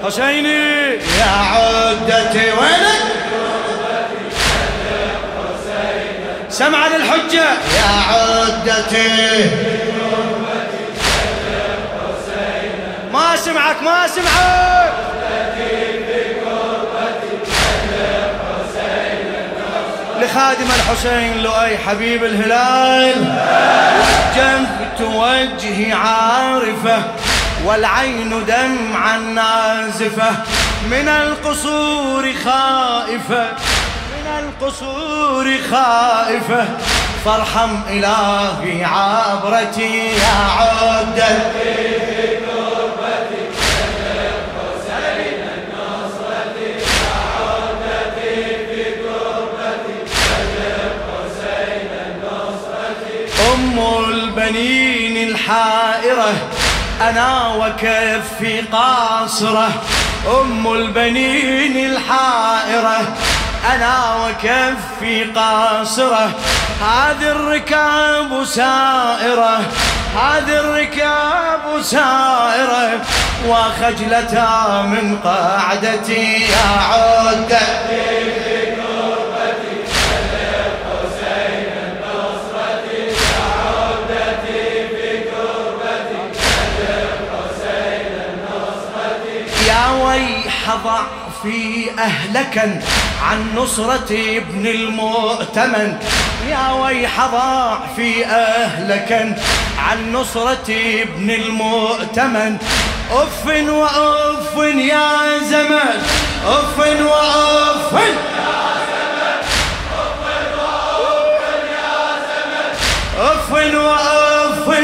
حسيني يا عدتي وينك سمع للحجة يا عدتي ما سمعك ما سمعك لخادم الحسين لؤي حبيب الهلال وجهت وجهي عارفة والعين دمعا نازفة من القصور خائفة من القصور خائفة فارحم إلهي عبرتي يا عدتي أم البنين الحائرة أنا وكفي قاصرة أم البنين الحائرة أنا وكفي قاصرة هذه الركاب سائرة هذه الركاب سائرة وخجلتها من قعدتي يا عدتي ضعفي أهلكا عن نصرة ابن المؤتمن يا ويح ضعفي أهلكا عن نصرة ابن المؤتمن أف وأف يا زمن أف وأف أف وأف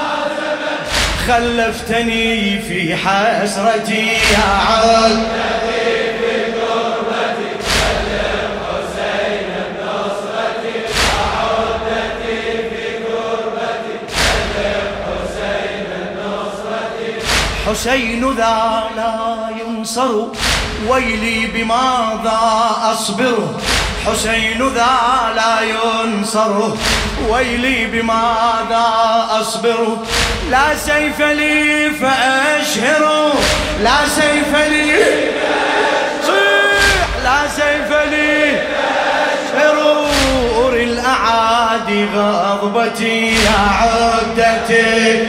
خلفتني في حسرتي يا عدتي في كربتي سلم حسين النصرتي يا عدتي في كربتي سلم حسين النصرتي حسين ذا لا ينصر ويلي بماذا أصبر حسين ذا لا ينصر ويلي بماذا أصبر لا سيف لي فأشهر لا سيف لي صيح لا سيف لي فأشهر أري الأعادي غضبتي يا عدتي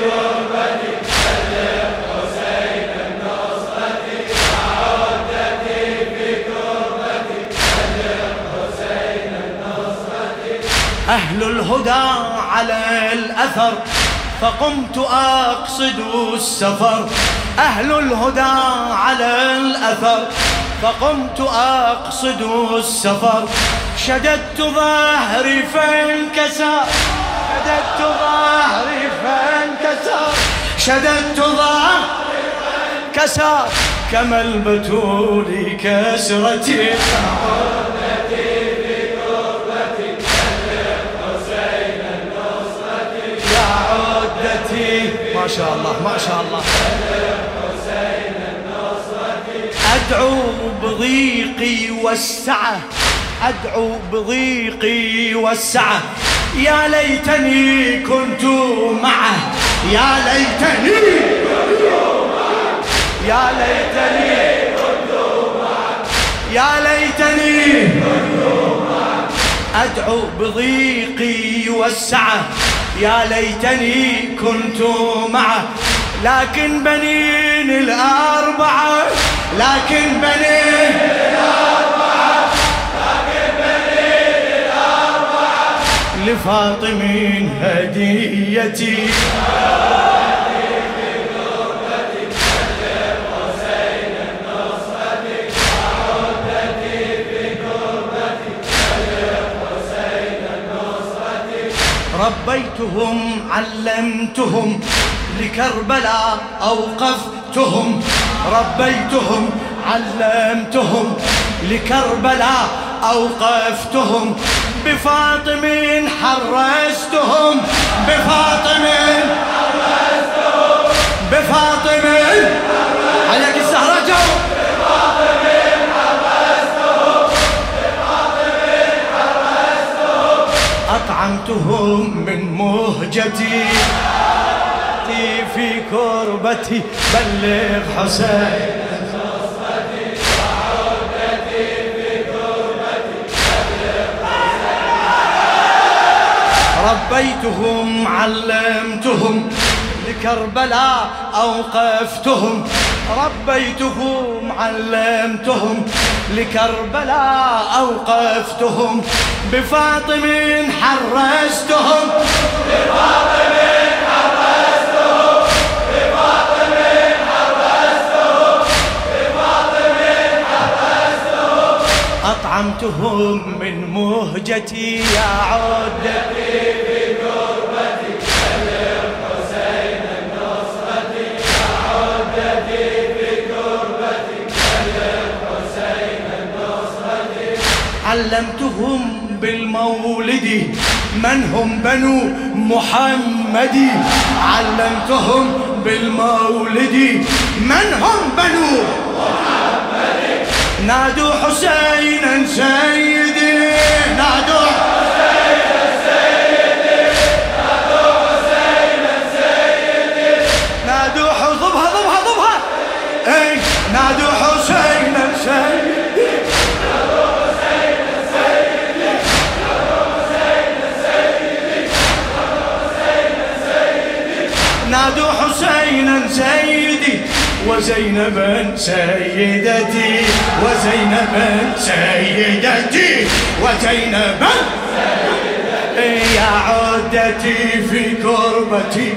أهل الهدى على الأثر فقمت أقصد السفر أهل الهدى على الأثر فقمت أقصد السفر شددت ظهري فانكسر شددت ظهري فانكسر شددت ظهري فانكسر كما البتول كسرتي ما شاء الله ما شاء الله أدعو بضيقي والسعة أدعو بضيقي والسعة يا ليتني كنت معه يا ليتني كنت معه يا ليتني كنت معه يا ليتني كنت معه أدعو بضيقي والسعة يا ليتني كنت معه لكن بنين الأربعة لكن بنين الأربعة لكن بنين الأربعة لفاطم هديتي ربيتهم علمتهم لكربلاء أوقفتهم ربيتهم علمتهم لكربلاء أوقفتهم بفاطم حرستهم بفاطم حرستهم بفاطم عليك السهرة جو أطعمتهم من مهجتي في كربتي بلغ حسين ربيتهم علمتهم لكربلاء أوقفتهم ربيتهم علمتهم لكربلاء أوقفتهم بفاطم حرستهم أطعمتهم من مهجتي يا عدتي في كربتي كلم حسين النصرتي يا عدتي في كربتي كلم حسين النصرتي علمتهم بالمولد من هم بنو محمد علمتهم بالمولد من هم بنو نادوا حسينا سيدي نادوا حسينا سيدي نادوا حسينا سيدي نادوا ضبها اي نادوا حسينا سيدي نادوا حسينا سيدي نادوا حسينا سيدي نادوا حسينا سيدي وزينبا سيدتي وزينبا سيدتي وزينبا سيدتي يا عدتي في كربتي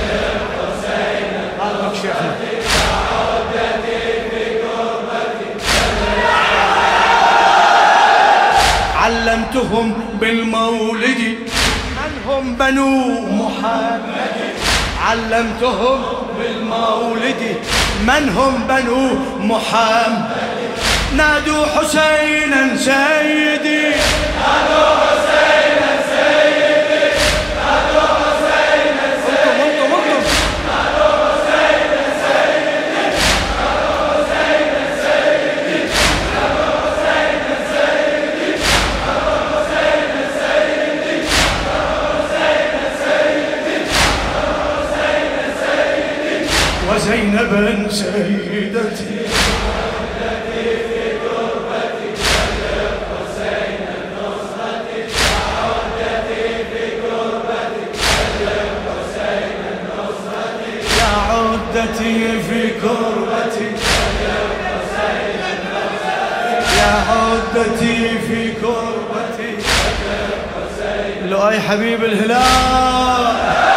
علمتهم بالمولد من هم بنو محمد علمتهم بالمولد من هم بنو محمد نادوا حسينا سيدي نادوا حسينا سيدي نادوا حسينا سيدي نادوا حسينا سيدي نادوا حسينا سيدي نادوا حسينا سيدي نادوا حسينا سيدي نادوا حسينا سيدي نادوا حسينا سيدي وزينبا سيدتي في كربتي يا عدتي في كربتي لو اي حبيب الهلال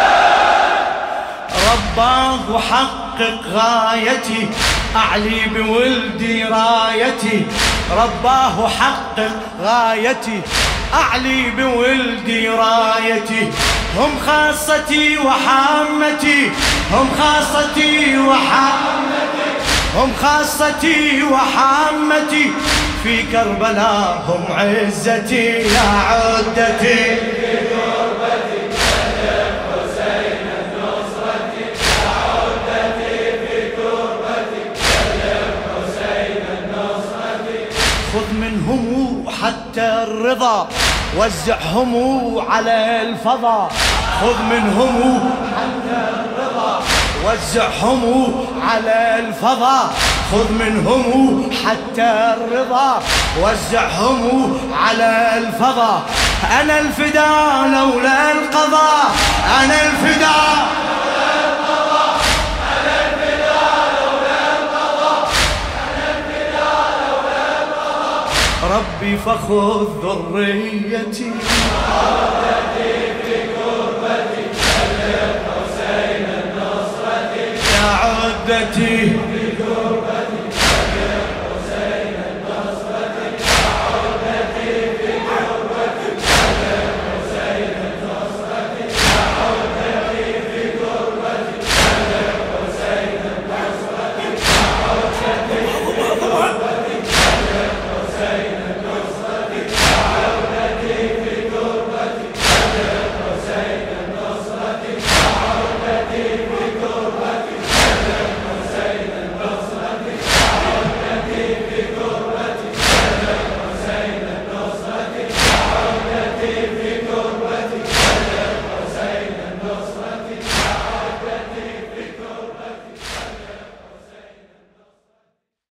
رباه حقق غايتي اعلي بولدي رايتي رباه حقق غايتي اعلي بولدي رايتي هم خاصتي وحامتي هم خاصتي وحامتي هم خاصتي وحامتي في كربلاء هم عزتي يا عدتي في كربتي كلم حسين النصرتي يا عدتي في كربتي كلم حسين النصرتي خذ منهم حتى الرضا وزعهم على الفضا خذ منهم حتى الرضا وزعهم على الفضا خذ منهم حتى الرضا وزعهم على الفضا أنا الفداء لولا القضاء أنا الفداء لولا القضاء أنا الفداء لولا القضاء أنا الفداء لولا القضاء ربي فخذ ذريتي في كربتي كلم حسين النصرتي يا عدتي